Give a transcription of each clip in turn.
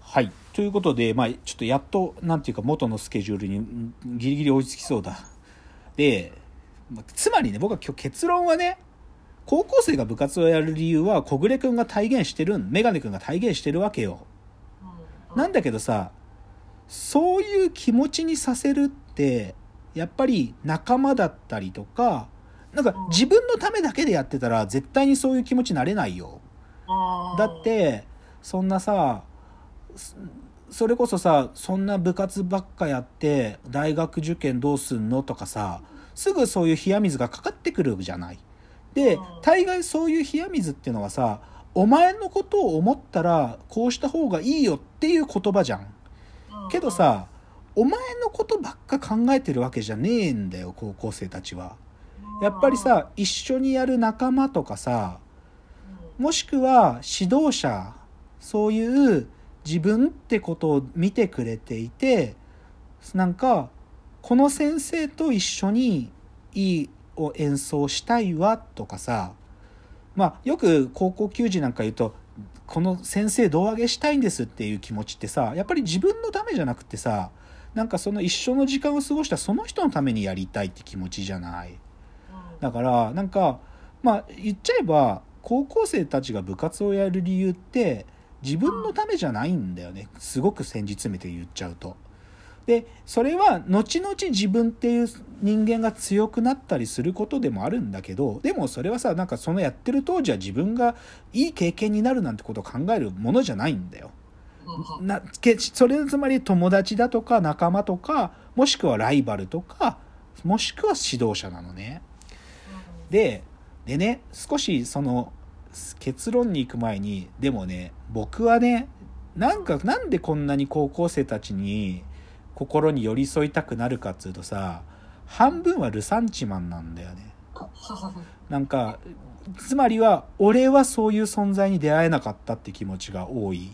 はい。ということで、ちょっとやっと、なんていうか、元のスケジュールにギリギリ追いつきそうだ。で、つまりね、僕は今日結論はね、高校生が部活をやる理由は、小暮くんが体現してるメガネくんが体現してるわけよ。なんだけどさ、そういう気持ちにさせるって、やっぱり仲間だったりとか、なんか自分のためだけでやってたら、絶対にそういう気持ちになれないよ。だって、そんなさ、それこそさ、そんな部活ばっかやって大学受験どうすんのとかさ、すぐそういう冷や水がかかってくるじゃない。で、大概そういう冷や水っていうのはさ、お前のことを思ったらこうした方がいいよっていう言葉じゃん。けどさ、お前のことばっか考えてるわけじゃねえんだよ、高校生たちは。やっぱりさ、一緒にやる仲間とかさ、もしくは指導者、そういう自分ってことを見てくれていて、なんかこの先生と一緒にいいを演奏したいわとかさ、よく高校球児なんか言うと、この先生胴上げしたいんですっていう気持ちってさ、やっぱり自分のためじゃなくてさ、なんかその一緒の時間を過ごしたその人のためにやりたいって気持ちじゃない。だからなんか言っちゃえば、高校生たちが部活をやる理由って自分のためじゃないんだよね。すごく先日詰めて言っちゃうと。で、それは後々自分っていう人間が強くなったりすることでもあるんだけど、でもそれはさ、なんかそのやってる当時は自分がいい経験になるなんてことを考えるものじゃないんだよ。それつまり友達だとか仲間とか、もしくはライバルとか、もしくは指導者なのね。でね、少しその結論に行く前に、でもね、僕はね、なんでこんなに高校生たちに心に寄り添いたくなるかっつうとさ、半分はルサンチマンなんだよね。なんかつまりは、俺はそういう存在に出会えなかったって気持ちが多い。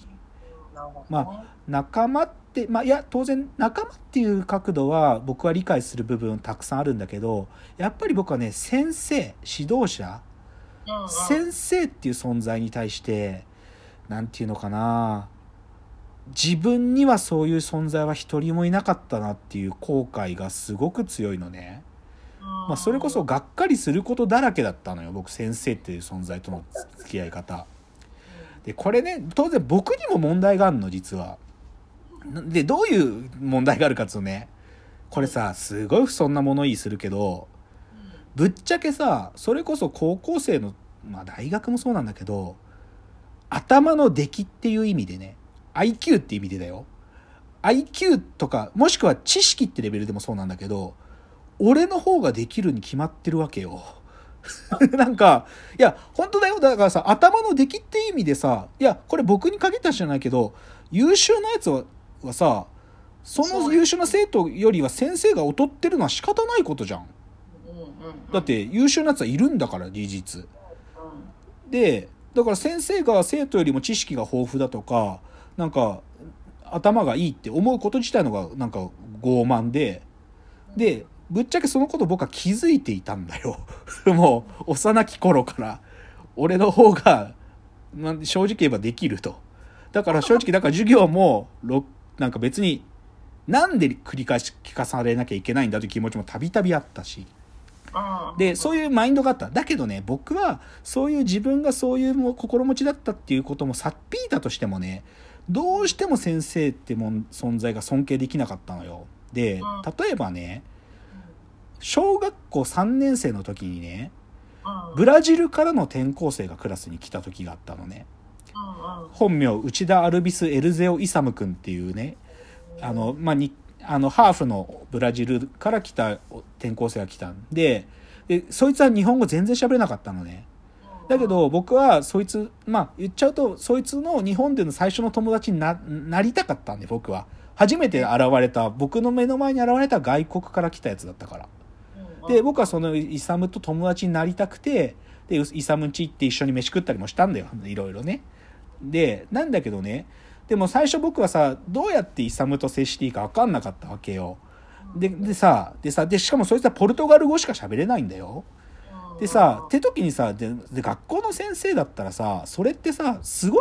仲間って、いや当然仲間っていう角度は僕は理解する部分たくさんあるんだけど、やっぱり僕はね、先生、指導者、先生っていう存在に対して、なんていうのかな、自分にはそういう存在は一人もいなかったなっていう後悔がすごく強いのね。それこそがっかりすることだらけだったのよ、僕先生っていう存在との付き合い方で。これね、当然僕にも問題があるの、実は。で、どういう問題があるかっつうね、これさ、すごいそんな物言いするけど、ぶっちゃけさ、それこそ高校生の、大学もそうなんだけど、頭の出来っていう意味でね、IQ って意味でだよ。IQ とか、もしくは知識ってレベルでもそうなんだけど、俺の方ができるに決まってるわけよ。なんか、いや、本当だよ。だからさ、頭の出来って意味でさ、いや、これ僕に限ったじゃないけど、優秀なやつはさ、その優秀な生徒よりは先生が劣ってるのは仕方ないことじゃん。だって優秀なやつはいるんだから、事実。で、だから先生が生徒よりも知識が豊富だとか、なんか頭がいいって思うこと自体のがなんか傲慢で、ぶっちゃけそのこと僕は気づいていたんだよ。もう幼き頃から俺の方が正直言えばできると。だから正直、だから授業もなんか別になんで繰り返し聞かされなきゃいけないんだという気持ちもたびたびあったし、でそういうマインドがあった。だけどね、僕はそういう自分がそういう心持ちだったっていうこともさっぴいたとしてもね、どうしても先生って存在が尊敬できなかったのよ。で、例えばね、小学校3年生の時にね、ブラジルからの転校生がクラスに来た時があったのね。本名内田アルビス・エルゼオ・イサム君っていうね、ハーフのブラジルから来た転校生が来たんで、そいつは日本語全然喋れなかったのね。だけど僕はそいつ、言っちゃうと、そいつの日本での最初の友達に なりたかったんで、僕は初めて僕の目の前に現れた外国から来たやつだったから。で、僕はそのイサムと友達になりたくて、でイサムん家行って一緒に飯食ったりもしたんだよ、いろいろね。で、なんだけどね、でも最初僕はさ、どうやってイサムと接していいか分かんなかったわけよ。でしかもそいつはポルトガル語しか喋れないんだよ。でさ、って時にさ、で学校の先生だったらさ、それってさ、すごい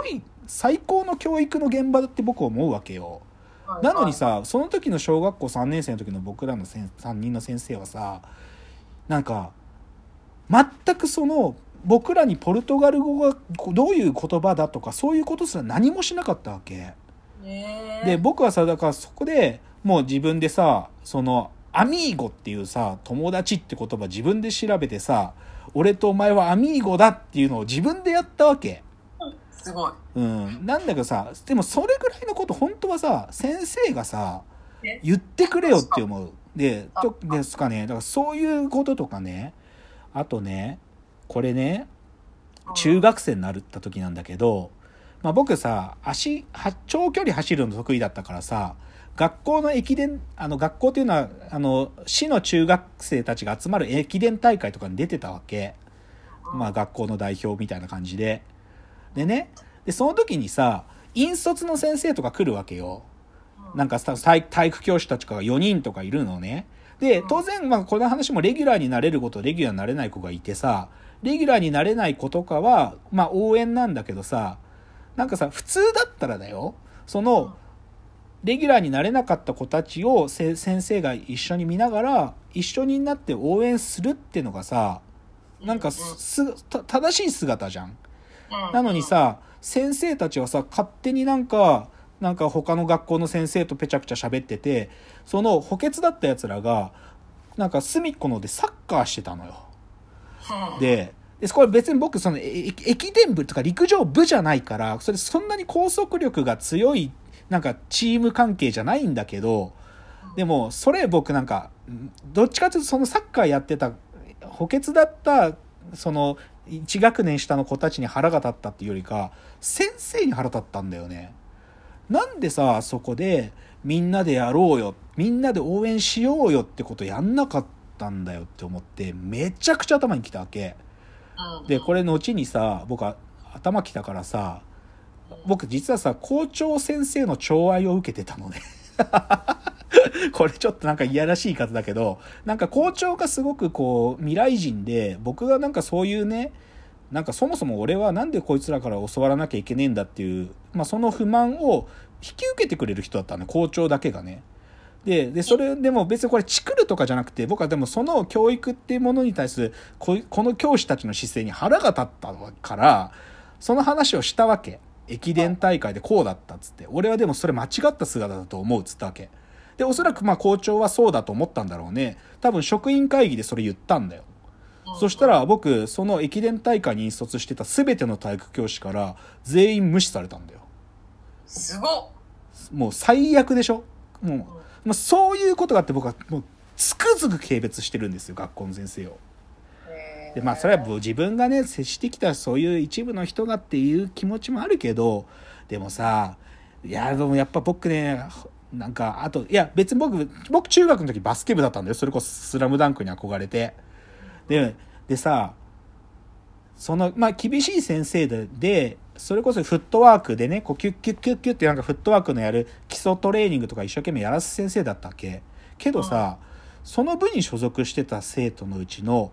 最高の教育の現場だって僕は思うわけよ。なのにさ、その時の小学校3年生の時の僕らの3人の先生はさ、なんか全くその僕らにポルトガル語がどういう言葉だとかそういうことすら何もしなかったわけで、僕はさ、だからそこでもう自分でさ、そのアミーゴっていうさ、友達って言葉自分で調べてさ、俺とお前はアミーゴだっていうのを自分でやったわけ。 すごい。 なんだけどさ、でもそれぐらいのこと本当はさ、先生がさ言ってくれよって思う。ですかね。だからそういうこととかね。あとね、これね、中学生になった時なんだけど、まあ、僕さ、長距離走るの得意だったからさ、学校の駅伝、学校っていうのは市の中学生たちが集まる駅伝大会とかに出てたわけ。まあ学校の代表みたいな感じで。でね、その時にさ、引率の先生とか来るわけよ。なんか体育教師たちが4人とかいるのね。で、当然、まあこの話もレギュラーになれる子とレギュラーになれない子がいてさ、レギュラーになれない子とかは、まあ応援なんだけどさ、なんかさ、普通だったらだよ、その、レギュラーになれなかった子たちを先生が一緒に見ながら、一緒になって応援するってのがさ、なんか正しい姿じゃん。なのにさ、先生たちはさ、勝手になんか他の学校の先生とペチャクチャ喋ってて、その補欠だった奴らが、なんか隅っこのでサッカーしてたのよ。で、これ別に僕その駅伝部とか陸上部じゃないから、そんなに拘束力が強いなんかチーム関係じゃないんだけど、でもそれ僕なんかどっちかというとそのサッカーやってた補欠だったその1学年下の子たちに腹が立ったっていうよりか、先生に腹立ったんだよね。なんでさ、そこでみんなでやろうよ、みんなで応援しようよってことやんなかったんだよって思って、めちゃくちゃ頭にきたわけで、これ後にさ、僕は頭きたからさ、僕実はさ、校長先生の寵愛を受けてたのねこれちょっとなんかいやらしい言い方だけど、なんか校長がすごくこう未来人で、僕がなんかそういうね、なんかそもそも俺はなんでこいつらから教わらなきゃいけねえんだっていう、まあその不満を引き受けてくれる人だったね、校長だけがね。で、それでも別にこれチクるとかじゃなくて、僕はでもその教育っていうものに対するこの教師たちの姿勢に腹が立ったから、その話をしたわけ。駅伝大会でこうだったっつって、俺はでもそれ間違った姿だと思うっつったわけで、おそらくまあ校長はそうだと思ったんだろうね。多分職員会議でそれ言ったんだよ。そしたら僕その駅伝大会に引率してた全ての体育教師から全員無視されたんだよ。 すごっ。 もう最悪でしょ。もうそういうことがあって、僕はもうつくづく軽蔑してるんですよ、学校の先生を。で、まあそれは自分がね接してきたそういう一部の人がっていう気持ちもあるけど、でもさ、いやでもやっぱ僕ね、なんかあと、いや別に僕中学の時バスケ部だったんだよ。それこそスラムダンクに憧れて、でさ、そのまあ厳しい先生でそれこそフットワークでね、こうキュッキュッキュッキュッってなんかフットワークのやる基礎トレーニングとか一生懸命やらす先生だったっけ。けどさ、その部に所属してた生徒のうちの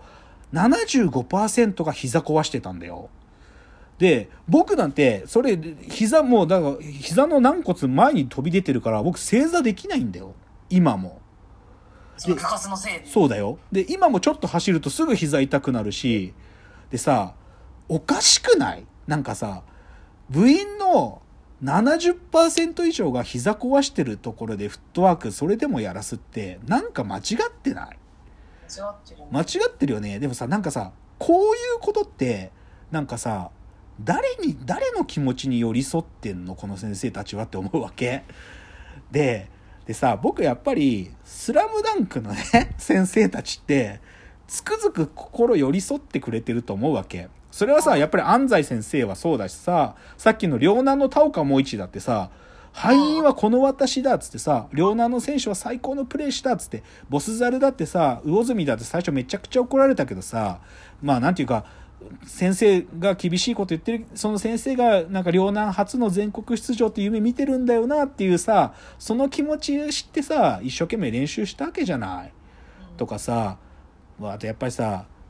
75% が膝壊してたんだよ。で、僕なんてそれ膝もうだから膝の軟骨前に飛び出てるから僕正座できないんだよ今も。 その部活のせいで。 そうだよ。で今もちょっと走るとすぐ膝痛くなるし、でさ、おかしくない？なんかさ、部員の 70% 以上が膝壊してるところでフットワークそれでもやらすってなんか間違ってない？間違ってるよね。でもさ、なんかさ、こういうことってなんかさ、誰の気持ちに寄り添ってんのこの先生たちはって思うわけでさ、僕やっぱりスラムダンクのね先生たちってつくづく心寄り添ってくれてると思うわけ。それはさ、やっぱり安西先生はそうだしさ、さっきの両南の田岡萌一だってさ、敗因はこの私だっつってさ、両南の選手は最高のプレーしたっつって、ボスザルだってさ、魚住だって最初めちゃくちゃ怒られたけどさ、まあなんていうか、先生が厳しいこと言ってる、その先生がなんか両南初の全国出場って夢見てるんだよなっていうさ、その気持ち知ってさ、一生懸命練習したわけじゃないとかさ、あとやっぱりさ、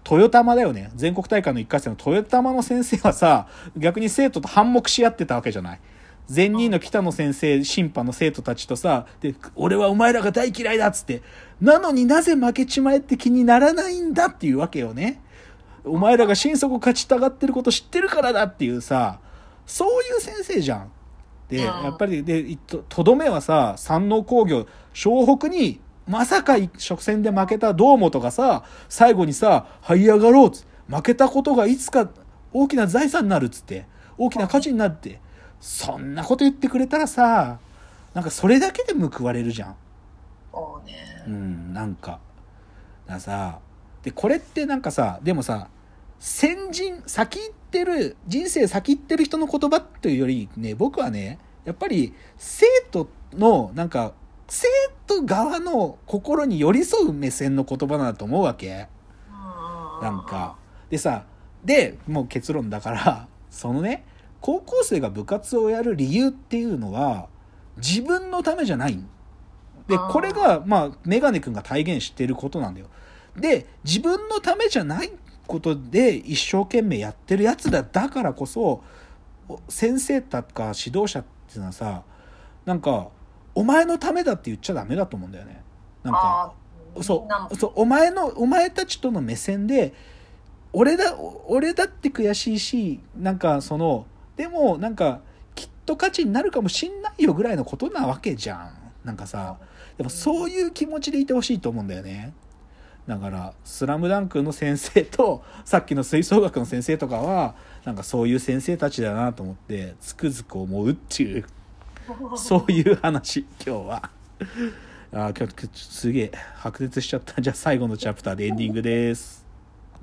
豊玉だよね。全国大会の1回戦の豊玉の先生はさ、逆に生徒と反目し合ってたわけじゃない。前任の北野先生、審判の生徒たちとさ、で、俺はお前らが大嫌いだっつって、なのになぜ負けちまえって気にならないんだっていうわけよね。お前らが心底勝ちたがってること知ってるからだっていうさ、そういう先生じゃん。で、やっぱり、で、とどめはさ、山王工業、湘北に、まさか初戦で負けた堂本がさ、最後にさ、這い上がろうっつって、負けたことがいつか大きな財産になるっつって、大きな価値になって、そんなこと言ってくれたらさ、なんかそれだけで報われるじゃん。 そうね。 なんか。だからさ、で、これってなんかさ、でもさ、先行ってる、人生先行ってる人の言葉というよりね、僕はね、やっぱり生徒の、なんか、生徒側の心に寄り添う目線の言葉だと思うわけ。なんか。でさ、で、もう結論だから、そのね、高校生が部活をやる理由っていうのは、自分のためじゃない。で、これが、まあ、メガネ君が体現していることなんだよ。で、自分のためじゃないことで一生懸命やってるやつだからこそ、先生とか指導者っていうのはさ、なんか、お前のためだって言っちゃダメだと思うんだよね。なんか、そう、お前たちとの目線で、俺だって悔しいし、なんかでもなんか、きっと価値になるかもしんないよぐらいのことなわけじゃん。なんかさ、でもそういう気持ちでいてほしいと思うんだよね。だからスラムダンクの先生とさっきの吹奏楽の先生とかはなんかそういう先生たちだなと思ってつくづく思うっていうそういう話今日は今日すげえ白熱しちゃった。じゃあ最後のチャプターでエンディングです。